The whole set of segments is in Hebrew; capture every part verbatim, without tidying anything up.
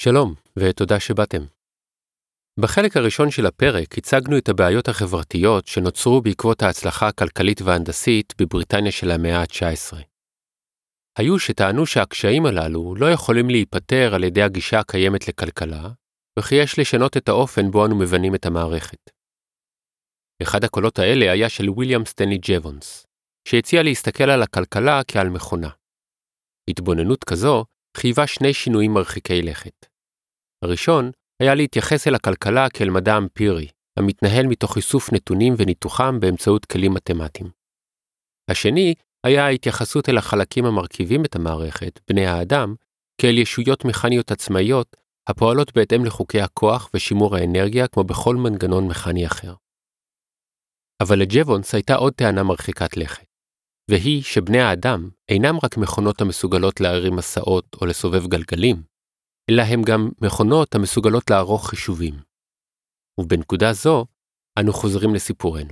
שלום, ותודה שבאתם. בחלק הראשון של הפרק הצגנו את הבעיות החברתיות שנוצרו בעקבות ההצלחה הכלכלית וההנדסית בבריטניה של המאה ה-תשע עשרה. היו שטענו שהקשיים הללו לא יכולים להיפטר על ידי הגישה הקיימת לכלכלה, וכי יש לשנות את האופן בו אנו מבנים את המערכת. אחד הקולות האלה היה של ויליאם סטנלי ג'וונס, שהציע להסתכל על הכלכלה כעל מכונה. התבוננות כזו חייבה שני שינויים מרחיקי לכת. הראשון היה להתייחס אל הכלכלה כאל מדע אמפירי, המתנהל מתוך איסוף נתונים וניתוחם באמצעות כלים מתמטיים. השני היה ההתייחסות אל החלקים המרכיבים את המערכת, בני האדם, כאל ישויות מכניות עצמאיות, הפועלות בהתאם לחוקי הכוח ושימור האנרגיה כמו בכל מנגנון מכני אחר. אבל לג'וונס הייתה עוד טענה מרחיקת לכת, והיא שבני האדם אינם רק מכונות המסוגלות להרים מסעות או לסובב גלגלים, אלא הם גם מכונות המסוגלות לערוך חישובים. ובנקודה זו, אנו חוזרים לסיפורנו.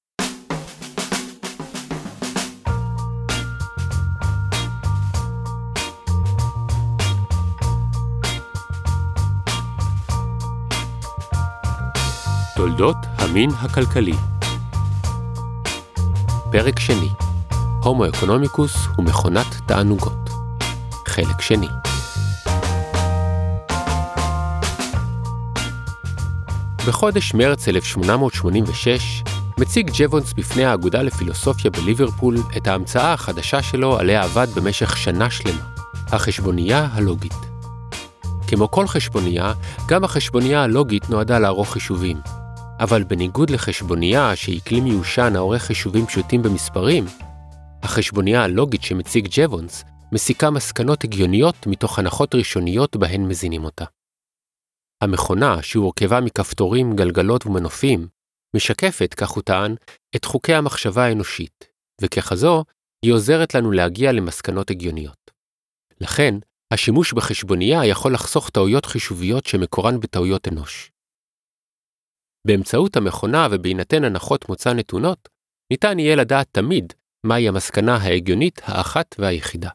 תולדות המין הכלכלי. פרק שני. הומו אקונומיקוס ומכונת תענוגות. חלק שני. בחודש מרץ אלף שמונה מאות שמונים ושש מציג ג'וונס בפני האגודה לפילוסופיה בליברפול את ההמצאה החדשה שלו עליה עבד במשך שנה שלמה, החשבונייה הלוגית. כמו כל חשבונייה, גם החשבונייה הלוגית נועדה לערוך חישובים, אבל בניגוד לחשבונייה שהיא כלי מיושן העורך חישובים פשוטים במספרים, החשבונייה הלוגית שמציג ג'וונס מסיקה מסקנות הגיוניות מתוך הנחות ראשוניות בהן מזינים אותה. המכונה, שהורכבה מכפתורים, גלגלות ומנופים, משקפת, כך הוא טען, את חוקי המחשבה האנושית, וככזו היא עוזרת לנו להגיע למסקנות הגיוניות. לכן, השימוש בחשבונייה יכול לחסוך טעויות חישוביות שמקורן בטעויות אנוש. באמצעות המכונה ובהינתן הנחות מוצא נתונות, ניתן יהיה לדעת תמיד מהי המסקנה ההגיונית האחת והיחידה.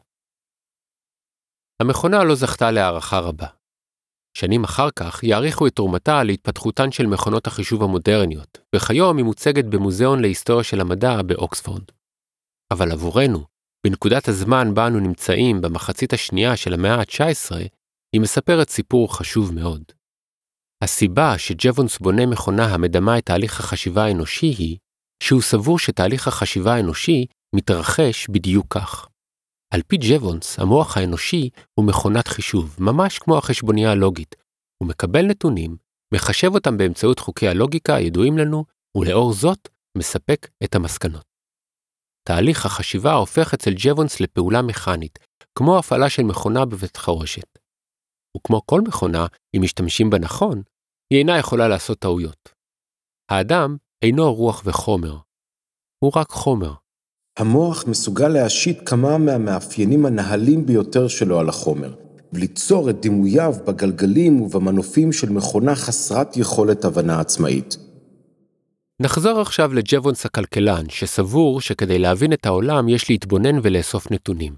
המכונה לא זכתה להערכה רבה. שנים אחר כך יעריכו את תרומתה להתפתחותן של מכונות החישוב המודרניות, וכיום היא מוצגת במוזיאון להיסטוריה של המדע באוקספורד. אבל עבורנו, בנקודת הזמן בה אנו נמצאים במחצית השנייה של המאה ה-תשע עשרה, היא מספרת סיפור חשוב מאוד. הסיבה שג'וונס בונה מכונה המדמה את תהליך החשיבה האנושי היא, שהוא סבור שתהליך החשיבה האנושי מתרחש בדיוק כך. על פי ג'וונס, המוח האנושי הוא מכונת חישוב, ממש כמו החשבונייה הלוגית. הוא מקבל נתונים, מחשב אותם באמצעות חוקי הלוגיקה הידועים לנו, ולאור זאת מספק את המסקנות. תהליך החשיבה הופך אצל ג'וונס לפעולה מכנית, כמו הפעלה של מכונה בבית חרושת. וכמו כל מכונה, אם משתמשים בה נכון, היא אינה יכולה לעשות טעויות. האדם אינו רוח וחומר, הוא רק חומר. המוח מסוגל להשית כמה מהמאפיינים הנהלים ביותר שלו על החומר, וליצור את דימוייו בגלגלים ובמנופים של מכונה חסרת יכולת הבנה עצמאית. נחזור עכשיו לג'וונס הכלכלן, שסבור שכדי להבין את העולם יש להתבונן ולאסוף נתונים.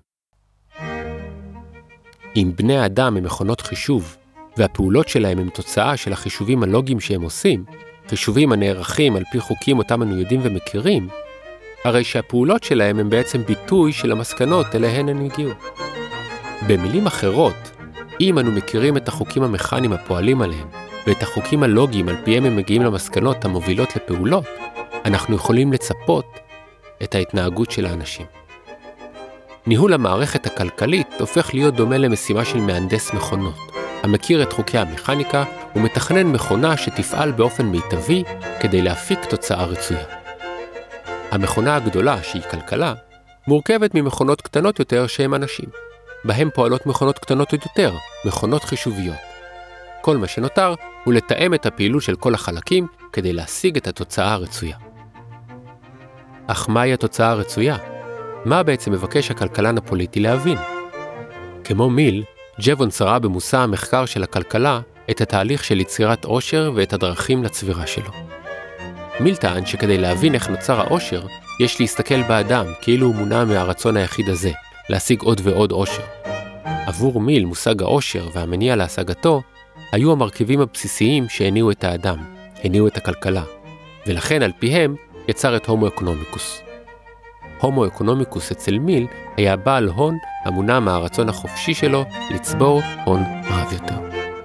אם בני האדם הם מכונות חישוב, והפעולות שלהם הם תוצאה של החישובים הלוגיים שהם עושים, חישובים הנערכים על פי חוקים אותם אנו יודעים ומכירים, הרי שהפעולות שלהם הם בעצם ביטוי של המסקנות אליהן הם הגיעו. במילים אחרות, אם אנו מכירים את החוקים המכניים הפועלים עליהם, ואת החוקים הלוגיים על פיהם הם מגיעים למסקנות המובילות לפעולות, אנחנו יכולים לצפות את ההתנהגות של האנשים. ניהול המערכת הכלכלית הופך להיות דומה למשימה של מהנדס מכונות, המכיר את חוקי המכניקה ומתכנן מכונה שתפעל באופן מיטבי כדי להפיק תוצאה רצויה. המכונה הגדולה, שהיא כלכלה, מורכבת ממכונות קטנות יותר שהם אנשים. בהם פועלות מכונות קטנות עוד יותר, מכונות חישוביות. כל מה שנותר הוא לתאם את הפעילות של כל החלקים כדי להשיג את התוצאה הרצויה. אך מהי התוצאה הרצויה? מה בעצם מבקש הכלכלן הפוליטי להבין? כמו מיל, ג'וונס ראה במושא המחקר של הכלכלה את התהליך של יצירת עושר ואת הדרכים לצבירה שלו. מיל טען שכדי להבין איך נוצר העושר, יש להסתכל באדם כאילו הוא מונע מהרצון היחיד הזה, להשיג עוד ועוד עושר. עבור מיל מושג העושר והמניע להשגתו היו המרכיבים הבסיסיים שהניעו את האדם, הניעו את הכלכלה, ולכן על פיהם יצר את הומו אקונומיקוס. הומו אקונומיקוס אצל מיל היה בעל הון המונע מהרצון החופשי שלו לצבור הון רב יותר.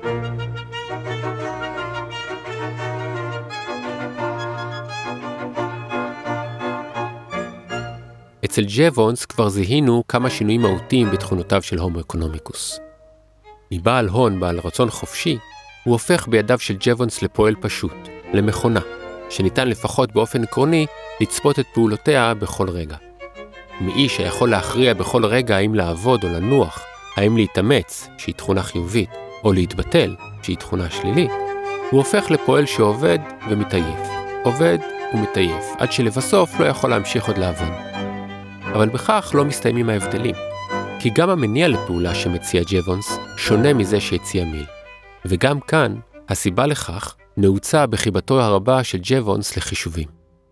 אצל ג'בונס כבר זיהינו כמה שינויים מהותיים בתכונותיו של הומו אקונומיקוס. מבעל הון בעל רצון חופשי, הוא הופך בידיו של ג'בונס לפועל פשוט, למכונה, שניתן לפחות באופן עקרוני לצפות את פעולותיה בכל רגע. מאיש שיכול להכריע בכל רגע האם לעבוד או לנוח, האם להתאמץ, שהיא תכונה חיובית, או להתבטל, שהיא תכונה שלילית, הוא הופך לפועל שעובד ומתעייף, עובד ומתעייף, עד שלבסוף לא יכול להמשיך עוד לעבוד. אבל בכך לא מסתיימים ההבדלים, כי גם המניע לפעולה שמציע ג'בונס שונה מזה שהציע מיל, וגם כאן הסיבה לכך נעוצה בחיבתו הרבה של ג'בונס לחישובים.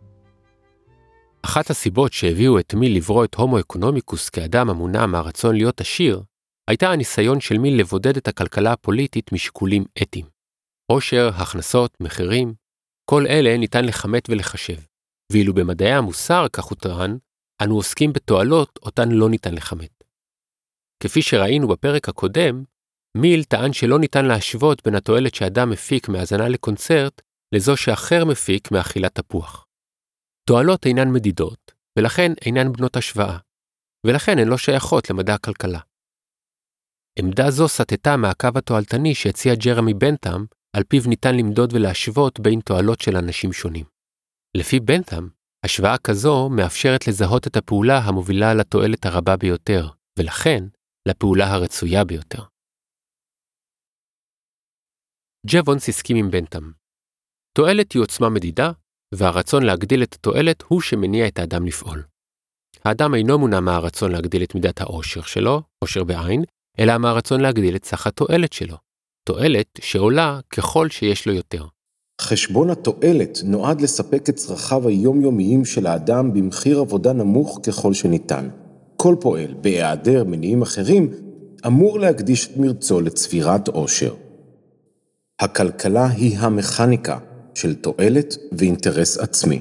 אחת הסיבות שהביאו את מיל לברוא את הומו אקונומיקוס כאדם המונע מהרצון להיות עשיר, הייתה הניסיון של מיל לבודד את הכלכלה הפוליטית משיקולים אתיים. עושר, הכנסות, מחירים, כל אלה ניתן לכמת ולחשב, ואילו במדעי המוסר, כך הוא טען, אנו עוסקים בתועלות אותן לא ניתן לכמת. כפי שראינו בפרק הקודם, מיל טען שלא ניתן להשוות בין התועלת שאדם מפיק מהאזנה לקונצרט לזו שאחר מפיק מאכילת תפוח. תועלות אינן מדידות, ולכן אינן בנות השוואה, ולכן הן לא שייכות למדע הכלכלה. עמדה זו סטתה מהקו התועלתני שהציע ג'רמי בנטאם, על פיו ניתן למדוד ולהשוות בין תועלות של אנשים שונים. לפי בנטאם, השוואה כזו מאפשרת לזהות את הפעולה המובילה לתועלת הרבה ביותר, ולכן לפעולה הרצויה ביותר. ג'בונס הסכים עם בנטאם. תועלת היא עוצמה מדידה, והרצון להגדיל את התועלת הוא שמניע את האדם לפעול. האדם אינו מונע מהרצון להגדיל את מידת העושר שלו, עושר בעין, אלא מהרצון להגדיל את סך התועלת שלו, תועלת שעולה ככל שיש לו יותר. חשבון התועלת נועד לספק את צרכיו היומיומיים של האדם במחיר עבודה נמוך ככל שניתן. כל פועל, בהיעדר מניעים אחרים, אמור להקדיש את מרצו לצבירת עושר. הכלכלה היא המכניקה של תועלת ואינטרס עצמי.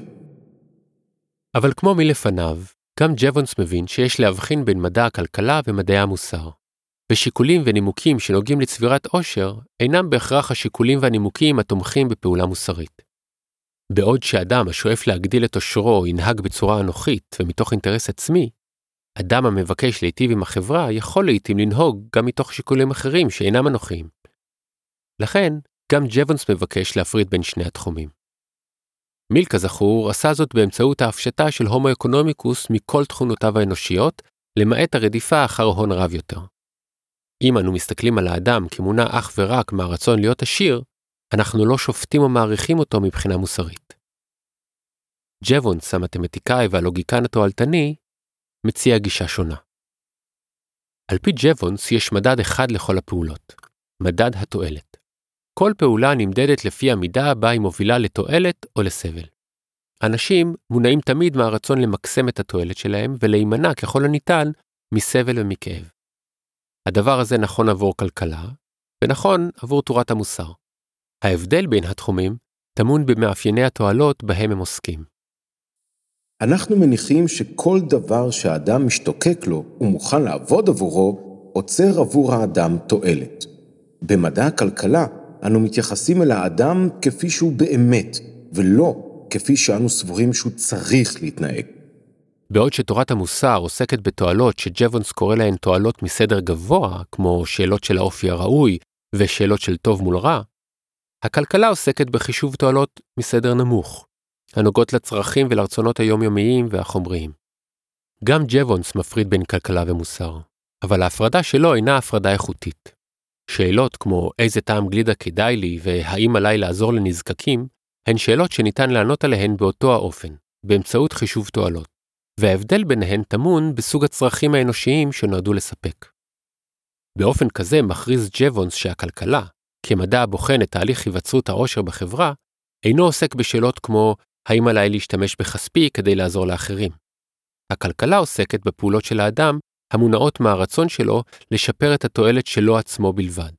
אבל כמו מלפניו, גם ג'בונס מבין שיש להבחין בין מדע הכלכלה ומדעי המוסר. ושיקולים ונימוקים שנוגעים לצבירת עושר אינם בהכרח השיקולים והנימוקים התומכים בפעולה מוסרית. בעוד שאדם השואף להגדיל את עושרו ינהג בצורה אנוכית ומתוך אינטרס עצמי, אדם המבקש להיטיב עם החברה יכול לעתים לנהוג גם מתוך שיקולים אחרים שאינם אנוכיים. לכן, גם ג'בונס מבקש להפריד בין שני התחומים. מיל, כזכור, עשה זאת באמצעות ההפשטה של הומו אקונומיקוס מכל תכונותיו האנושיות, למעט הרדיפה אחר הון רב יותר. אם אנו מסתכלים על האדם כמונע אך ורק מהרצון להיות עשיר, אנחנו לא שופטים או מעריכים אותו מבחינה מוסרית. ג'בונס, המתמטיקאי והלוגיקן התועלתני, מציע גישה שונה. על פי ג'בונס יש מדד אחד לכל הפעולות, מדד התועלת. כל פעולה נמדדת לפי המידה בה היא מובילה לתועלת או לסבל. אנשים מונעים תמיד מהרצון למקסם את התועלת שלהם ולהימנע ככל הניתן מסבל ומכאב. הדבר הזה נכון עבור כלכלה, ונכון עבור תורת המוסר. ההבדל בין התחומים טמון במאפייני התועלות בהם הם עוסקים. אנחנו מניחים שכל דבר שהאדם משתוקק לו ומוכן לעבוד עבורו, עוצר עבור האדם תועלת. במדע הכלכלה אנו מתייחסים אל האדם כפי שהוא באמת, ולא כפי שאנו סבורים שהוא צריך להתנהג. בעוד שתורת המוסר עוסקת בתועלות שג'בונס קורא להן תועלות מסדר גבוה, כמו שאלות של האופי הראוי ושאלות של טוב מול רע, הכלכלה עוסקת בחישוב תועלות מסדר נמוך, הנוגעות לצרכים ולרצונות היומיומיים והחומריים. גם ג'בונס מפריד בין כלכלה ומוסר, אבל ההפרדה שלו אינה הפרדה איכותית. שאלות כמו איזה טעם גלידה כדאי לי והאם עליי לעזור לנזקקים, הן שאלות שניתן לענות עליהן באותו האופן, באמצעות חישוב תועלות, וההבדל ביניהן טמון בסוג הצרכים האנושיים שנועדו לספק. באופן כזה מכריז ג'בונס שהכלכלה, כמדע הבוחן את תהליך היווצרות העושר בחברה, אינו עוסק בשאלות כמו האם עליי להשתמש בכספי כדי לעזור לאחרים. הכלכלה עוסקת בפעולות של האדם המונעות מהרצון שלו לשפר את התועלת שלו עצמו בלבד,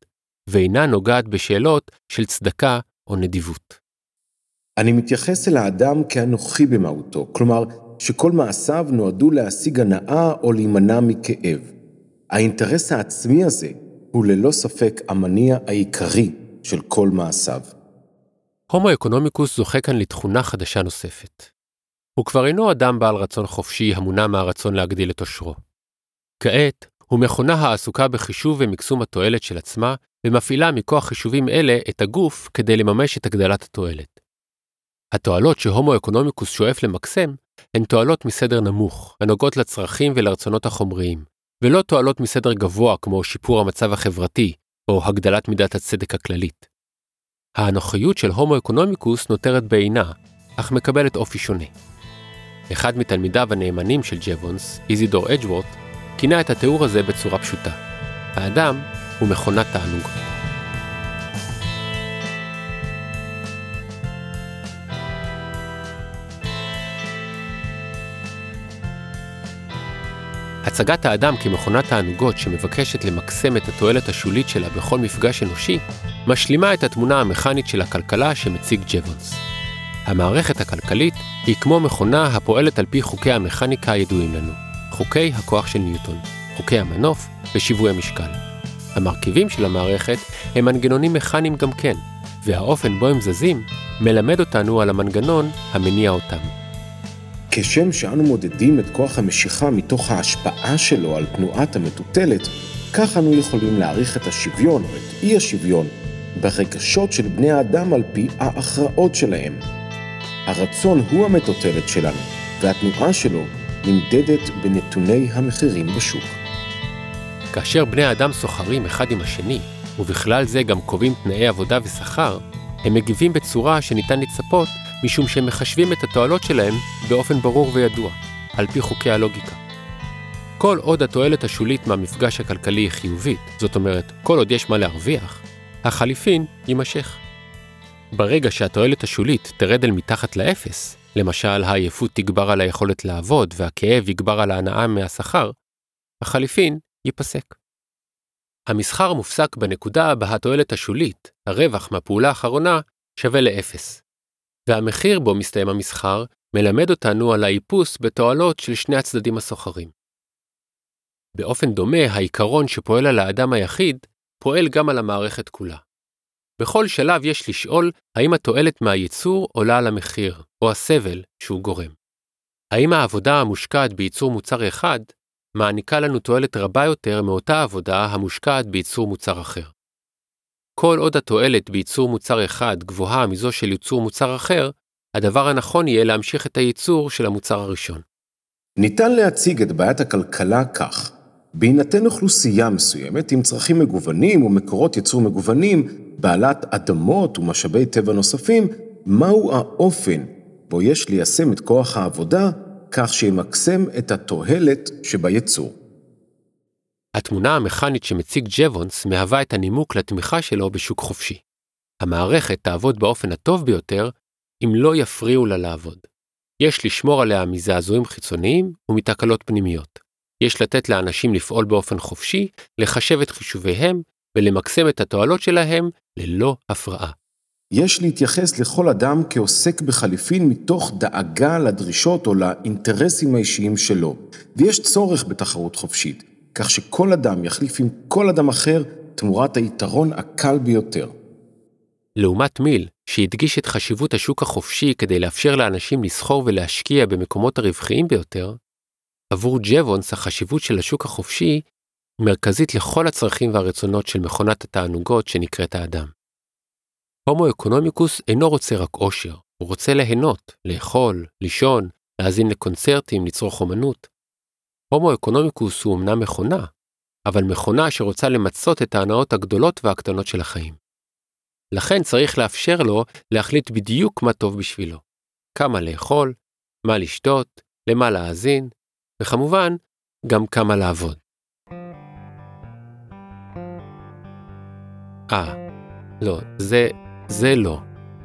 ואינה נוגעת בשאלות של צדקה או נדיבות. אני מתייחס אל האדם כאנוכי במהותו, כלומר שכל מעשיו נועדו להשיג הנאה או להימנע מכאב. האינטרס העצמי הזה הוא ללא ספק המניע העיקרי של כל מעשיו. הומו אקונומיקוס זוכה כאן לתכונה חדשה נוספת. הוא כבר אינו אדם בעל רצון חופשי המונע מהרצון להגדיל את עושרו. כעת הוא מכונה העסוקה בחישוב ומקסום התועלת של עצמה, ומפעילה מכוח חישובים אלה את הגוף כדי לממש את הגדלת התועלת. התועלות שהומו אקונומיקוס שואף למקסם הן תועלות מסדר נמוך, הנוגעות לצרכים ולרצונות החומריים, ולא תועלות מסדר גבוה כמו שיפור המצב החברתי או הגדלת מידת הצדק הכללית. האנוכיות של הומו אקונומיקוס נותרת בעינה, אך מקבלת אופי שונה. אחד מתלמידיו הנאמנים של ג'בונס, איזידור אדג'וורת, כינה את התיאור הזה בצורה פשוטה. האדם הוא מכונת תענוגות. הצגת האדם כמכונת תענוגות שמבקשת למקסם את התועלת השולית שלה בכל מפגש אנושי, משלימה את התמונה המכנית של הכלכלה שמציג ג'בונס. המערכת הכלכלית היא כמו מכונה הפועלת על פי חוקי המכניקה הידועים לנו, חוקי הכוח של ניוטון, חוקי המנוף ושיווי המשקל. המרכיבים של המערכת הם מנגנונים מכניים גם כן, והאופן בו הם זזים מלמד אותנו על המנגנון המניע אותם. כשם שאנו מודדים את כוח המשיכה מתוך ההשפעה שלו על תנועת המטוטלת, כך אנו יכולים להעריך את השוויון או את אי השוויון ברגשות של בני האדם על פי ההכרעות שלהם. הרצון הוא המטוטלת שלנו, והתנועה שלו נמדדת בנתוני המחירים בשוק. כאשר בני האדם סוחרים אחד עם השני, ובכלל זה גם קובעים תנאי עבודה ושכר, הם מגיבים בצורה שניתן לצפות משום שהם מחשבים את התועלות שלהם באופן ברור וידוע, על פי חוקי הלוגיקה. כל עוד התועלת השולית מהמפגש הכלכלי היא חיובית, זאת אומרת, כל עוד יש מה להרוויח, החליפין יימשך. ברגע שהתועלת השולית תרד אל מתחת לאפס, למשל העייפות תגבר על היכולת לעבוד והכאב יגבר על ההנאה מהשכר, החליפין ייפסק. המסחר מופסק בנקודה בה התועלת השולית, הרווח מהפעולה האחרונה, שווה לאפס. והמחיר בו מסתיים המסחר מלמד אותנו על האיפוס בתועלות של שני הצדדים הסוחרים. באופן דומה, העיקרון שפועל על האדם היחיד פועל גם על המערכת כולה. בכל שלב יש לשאול האם התועלת מהייצור עולה על המחיר או הסבל שהוא גורם. האם העבודה המושקעת בייצור מוצר אחד מעניקה לנו תועלת רבה יותר מאותה עבודה המושקעת בייצור מוצר אחר. כל עוד התועלת בייצור מוצר אחד גבוהה מזו של ייצור מוצר אחר, הדבר הנכון יהיה להמשיך את הייצור של המוצר הראשון. ניתן להציג את בעיית הכלכלה כך: בהינתן אוכלוסייה מסוימת עם צרכים מגוונים ומקורות ייצור מגוונים, בעלת אדמות ומשאבי טבע נוספים, מהו האופן בו יש ליישם את כוח העבודה כך שימקסם את התועלת שבייצור. התמונה המכנית שמציג ג'בונס מהווה את הנימוק לתמיכה שלו בשוק חופשי. המערכת תעבוד באופן הטוב ביותר אם לא יפריעו לה לעבוד. יש לשמור עליה מזעזועים חיצוניים ומתקלות פנימיות. יש לתת לאנשים לפעול באופן חופשי, לחשב את חישוביהם ולמקסם את התועלות שלהם ללא הפרעה. יש להתייחס לכל אדם כעוסק בחליפין מתוך דאגה לדרישות או לאינטרסים האישיים שלו, ויש צורך בתחרות חופשית, כך שכל אדם יחליף עם כל אדם אחר תמורת היתרון הקל ביותר. לעומת מיל, שהדגיש את חשיבות השוק החופשי כדי לאפשר לאנשים לסחור ולהשקיע במקומות הרווחיים ביותר, עבור ג'בונס החשיבות של השוק החופשי מרכזית לכל הצרכים והרצונות של מכונת התענוגות שנקראת האדם. הומו אקונומיקוס אינו רוצה רק עושר, הוא רוצה ליהנות, לאכול, לישון, להאזין לקונצרטים, לצרוך אומנות. הומו אקונומיקוס הוא אמנם מכונה, אבל מכונה שרוצה למצות את ההנאות הגדולות והקטנות של החיים. לכן צריך לאפשר לו להחליט בדיוק מה טוב בשבילו. כמה לאכול, מה לשתות, למה להאזין, וכמובן, גם כמה לעבוד. אה, לא, זה, זה לא.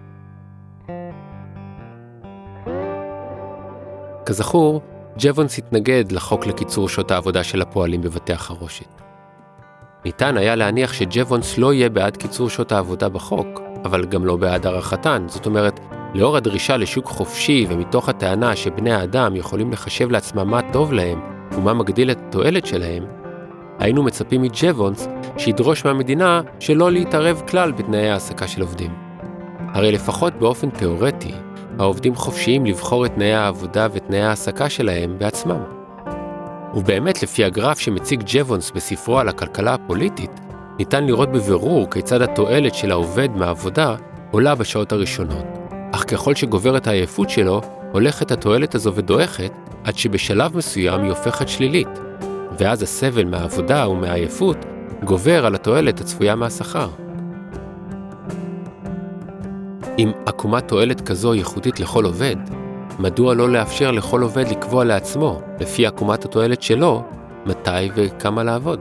כזכור, ג'בונס התנגד לחוק לקיצור שעות העבודה של הפועלים בבתי החרושת. ניתן היה להניח שג'בונס לא יהיה בעד קיצור שעות העבודה בחוק, אבל גם לא בעד ערכתן. זאת אומרת, לאור הדרישה לשוק חופשי ומתוך הטענה שבני האדם יכולים לחשב לעצמם מה טוב להם ומה מגדיל את התועלת שלהם, היינו מצפים מג'בונס שידרוש מהמדינה שלא להתערב כלל בתנאי העסקה של עובדים. הרי לפחות באופן תיאורטי, העובדים חופשיים לבחור את תנאי העבודה ותנאי העסקה שלהם בעצמם. ובאמת לפי הגרף שמציג ג'בונס בספרו על הכלכלה הפוליטית, ניתן לראות בבירור כיצד התועלת של העובד מהעבודה עולה בשעות הראשונות. אך ככל שגוברת העייפות שלו, הולכת התועלת הזו ודועכת, עד שבשלב מסוים היא הופכת שלילית. ואז הסבל מהעבודה ומהעייפות גובר על התועלת הצפויה מהשכר. אם עקומת תועלת כזו ייחודית לכל עובד, מדוע לא לאפשר לכל עובד לקבוע לעצמו, לפי עקומת התועלת שלו, מתי וכמה לעבוד?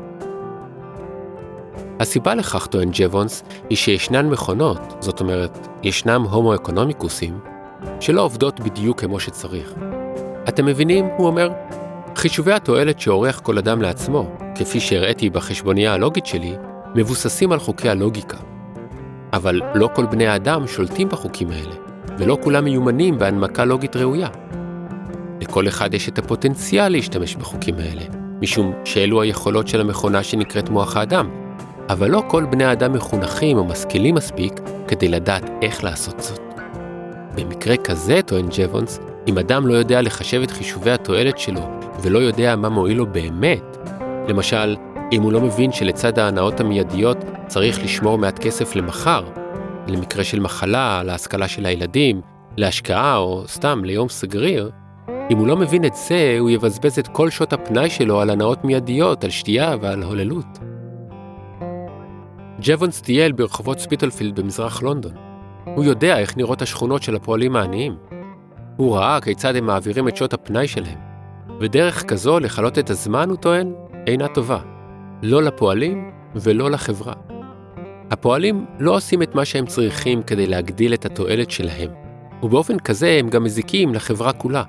הסיבה לכך, טוען ג'בונס, היא שישנן מכונות, זאת אומרת, ישנם הומו אקונומיקוסים, שלא עובדות בדיוק כמו שצריך. אתם מבינים, הוא אומר, חישובי התועלת שעורך כל אדם לעצמו, כפי שהראיתי בחשבוניה הלוגית שלי, מבוססים על חוקי הלוגיקה. אבל לא כל בני האדם שולטים בחוקים האלה, ולא כולם מיומנים בהנמקה לוגית ראויה. לכל אחד יש את הפוטנציאל להשתמש בחוקים האלה, משום שאלו היכולות של המכונה שנקראת מוח האדם, אבל לא כל בני האדם מחונכים או משכילים מספיק כדי לדעת איך לעשות זאת. במקרה כזה, טוען ג'בונס, אם אדם לא יודע לחשב את חישובי התועלת שלו ולא יודע מה מועיל לו באמת, למשל, אם הוא לא מבין שלצד ההנאות המיידיות צריך לשמור מעט כסף למחר, למקרה של מחלה, להשכלה של הילדים, להשקעה או סתם ליום סגריר, אם הוא לא מבין את זה, הוא יבזבז את כל שעות הפנאי שלו על הנאות מיידיות, על שתייה ועל הוללות. ג'בונס טייל ברחובות ספיטלפילד במזרח לונדון. הוא יודע איך נראות השכונות של הפועלים העניים. הוא ראה כיצד הם מעבירים את שעות הפנאי שלהם. ודרך כזו לחלות את הזמן, הוא טוען, אינה טובה. לא לפועלים ולא לחברה. הפועלים לא עושים את מה שהם צריכים כדי להגדיל את התועלת שלהם, ובאופן כזה הם גם מזיקים לחברה כולה.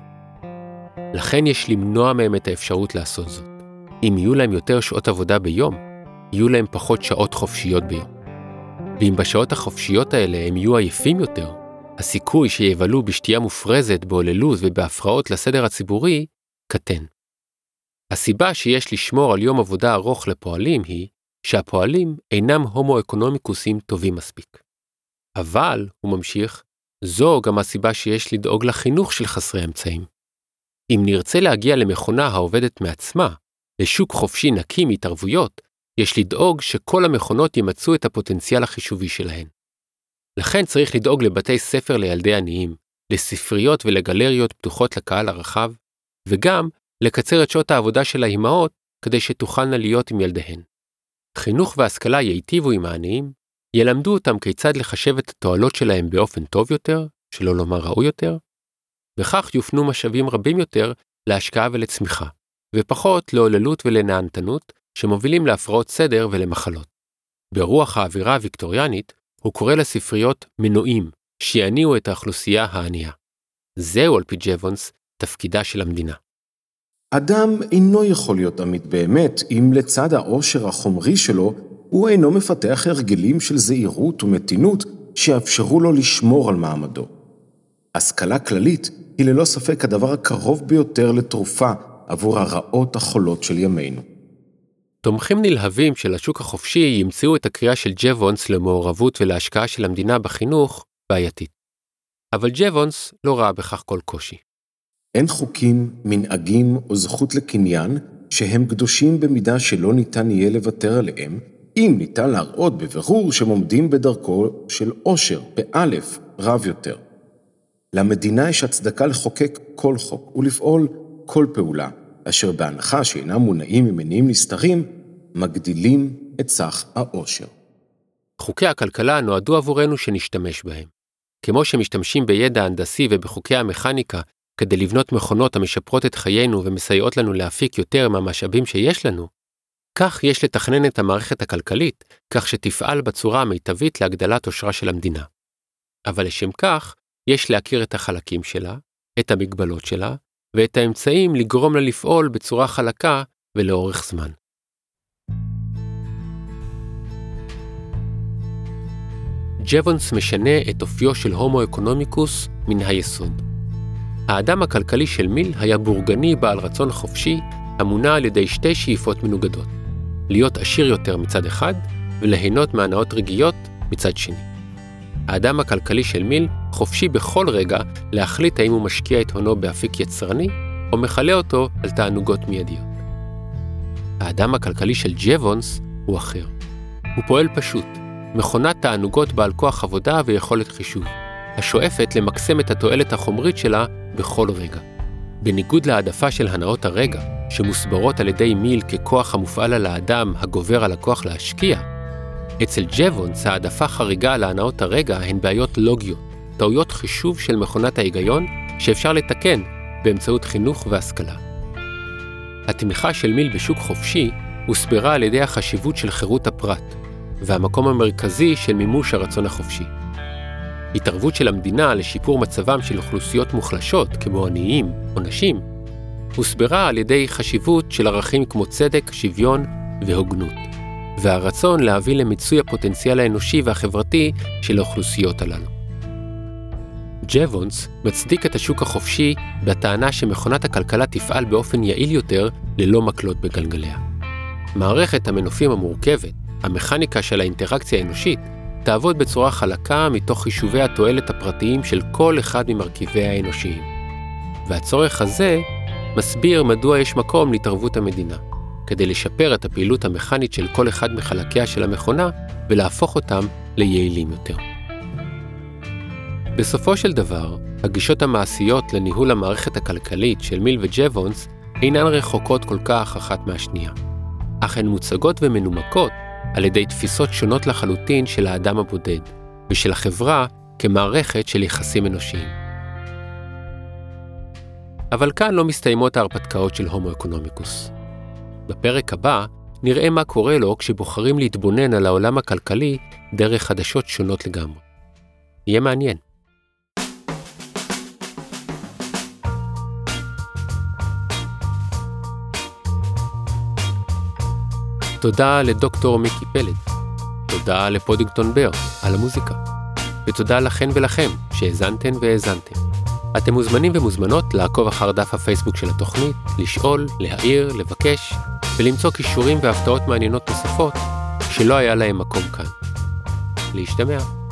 לכן יש למנוע מהם את האפשרות לעשות זאת. אם יהיו להם יותר שעות עבודה ביום, יהיו להם פחות שעות חופשיות ביום. ואם בשעות החופשיות האלה הם יהיו עייפים יותר, הסיכוי שיבלו בשתייה מופרזת, בהוללות ובהפרעות לסדר הציבורי, קטן. הסיבה שיש לשמור על יום עבודה ארוך לפועלים היא שהפועלים אינם הומו אקונומיקוסים טובים מספיק. אבל, הוא ממשיך, זו גם הסיבה שיש לדאוג לחינוך של חסרי אמצעים. אם נרצה להגיע למכונה העובדת מעצמה, לשוק חופשי נקי מהתערבויות, יש לדאוג שכל המכונות ימצאו את הפוטנציאל החישובי שלהן. לכן צריך לדאוג לבתי ספר לילדי עניים, לספריות ולגלריות פתוחות לקהל הרחב, וגם לקצר את שעות העבודה של האימהות כדי שתוכלנה להיות עם ילדיהן. חינוך והשכלה ייטיבו עם העניים, ילמדו אותם כיצד לחשב את התועלות שלהם באופן טוב יותר, שלא לומר ראוי יותר, וכך יופנו משאבים רבים יותר להשקעה ולצמיחה, ופחות להוללות ולנענתנות שמובילים להפרעות סדר ולמחלות. ברוח האווירה הוויקטוריאנית, הוא קורא לספריות מנועים, שיעניעו את האוכלוסייה הענייה. זהו על פי ג'בונס תפקידה של המדינה. אדם אינו יכול להיות עמית באמת אם לצד העושר החומרי שלו הוא אינו מפתח הרגלים של זהירות ומתינות שיאפשרו לו לשמור על מעמדו. השכלה כללית היא ללא ספק הדבר הקרוב ביותר לתרופה עבור הרעות החולות של ימינו. תומכים נלהבים של השוק החופשי ימצאו את הקריאה של ג'בונס למעורבות ולהשקעה של המדינה בחינוך בעייתית. אבל ג'בונס לא ראה בכך כל קושי. אין חוקים, מנהגים או זכות לקניין שהם קדושים במידה שלא ניתן יהיה לוותר עליהם, אם ניתן להראות בבירור שהם עומדים בדרכו של עושר, באלף, רב יותר. למדינה יש הצדקה לחוקק כל חוק ולפעול כל פעולה, אשר בהנחה שאינם מונעים ממניעים נסתרים, מגדילים את סך העושר. חוקי הכלכלה נועדו עבורנו שנשתמש בהם. כמו שמשתמשים בידע הנדסי ובחוקי המכניקה כדי לבנות מכונות המשפרות את חיינו ומסייעות לנו להפיק יותר מהמשאבים שיש לנו, כך יש לתכנן את המערכת הכלכלית כך שתפעל בצורה המיטבית להגדלת עושרה של המדינה. אבל לשם כך, יש להכיר את החלקים שלה, את המגבלות שלה, ואת האמצעים לגרום לה לפעול בצורה חלקה ולאורך זמן. ג'בונס משנה את אופיו של הומו אקונומיקוס מן היסוד. האדם הכלכלי של מיל היה בורגני בעל רצון חופשי, המונע על ידי שתי שאיפות מנוגדות, להיות עשיר יותר מצד אחד וליהנות מהנאות רגעיות מצד שני. האדם הכלכלי של מיל חופשי בכל רגע להחליט האם הוא משקיע את הונו באפיק יצרני או מחלה אותו על תענוגות מיידיות. האדם הכלכלי של ג'בונס הוא אחר. הוא פועל פשוט, מכונת תענוגות בעל כוח עבודה ויכולת חישוב, השואפת למקסם את התועלת החומרית שלה בכל רגע. בניגוד להעדפה של הנאות הרגע, שמוסברות על ידי מיל ככוח המופעל על האדם הגובר על הכוח להשקיע, אצל ג'בונס העדפה חריגה על הנאות הרגע הן בעיות לוגיות, טעויות חישוב של מכונת ההיגיון שאפשר לתקן באמצעות חינוך והשכלה. התמיכה של מיל בשוק חופשי הוסברה על ידי החשיבות של חירות הפרט, והמקום המרכזי של מימוש הרצון החופשי. התערבות של המדינה לשיפור מצבם של אוכלוסיות מוחלשות כמו עניים או נשים, הוסברה על ידי חשיבות של ערכים כמו צדק, שוויון והוגנות, והרצון להביא למיצוי הפוטנציאל האנושי והחברתי של האוכלוסיות הללו. ג'בונס מצדיק את השוק החופשי בטענה שמכונת הכלכלה תפעל באופן יעיל יותר ללא מקלות בגלגליה. מערכת המנופים המורכבת, המכניקה של האינטראקציה האנושית, תעבוד בצורה חלקה מתוך חישובי התועלת הפרטיים של כל אחד ממרכיביה האנושיים. והצורך הזה מסביר מדוע יש מקום להתערבות המדינה, כדי לשפר את הפעילות המכנית של כל אחד מחלקיה של המכונה ולהפוך אותם ליעילים יותר. בסופו של דבר, הגישות המעשיות לניהול המערכת הכלכלית של מיל וג'בונס אינן רחוקות כל כך אחת מהשנייה, אך הן מוצגות ומנומקות על ידי תפיסות שונות לחלוטין של האדם הבודד ושל החברה כמערכת של יחסים אנושיים. אבל כאן לא מסתיימות ההרפתקאות של הומו אקונומיקוס. בפרק הבא נראה מה קורה לו כשבוחרים להתבונן על העולם הכלכלי דרך חדשות שונות לגמרי. יהיה מעניין. תודה לדוקטור מיקי פלד, תודה לפודינגטון בר על המוזיקה, ותודה לכן ולכם שהאזנתן והאזנתם. אתם מוזמנים ומוזמנות לעקוב אחר דף הפייסבוק של התוכנית, לשאול, להעיר, לבקש, ולמצוא קישורים והפתעות מעניינות נוספות שלא היה להם מקום כאן. להשתמע.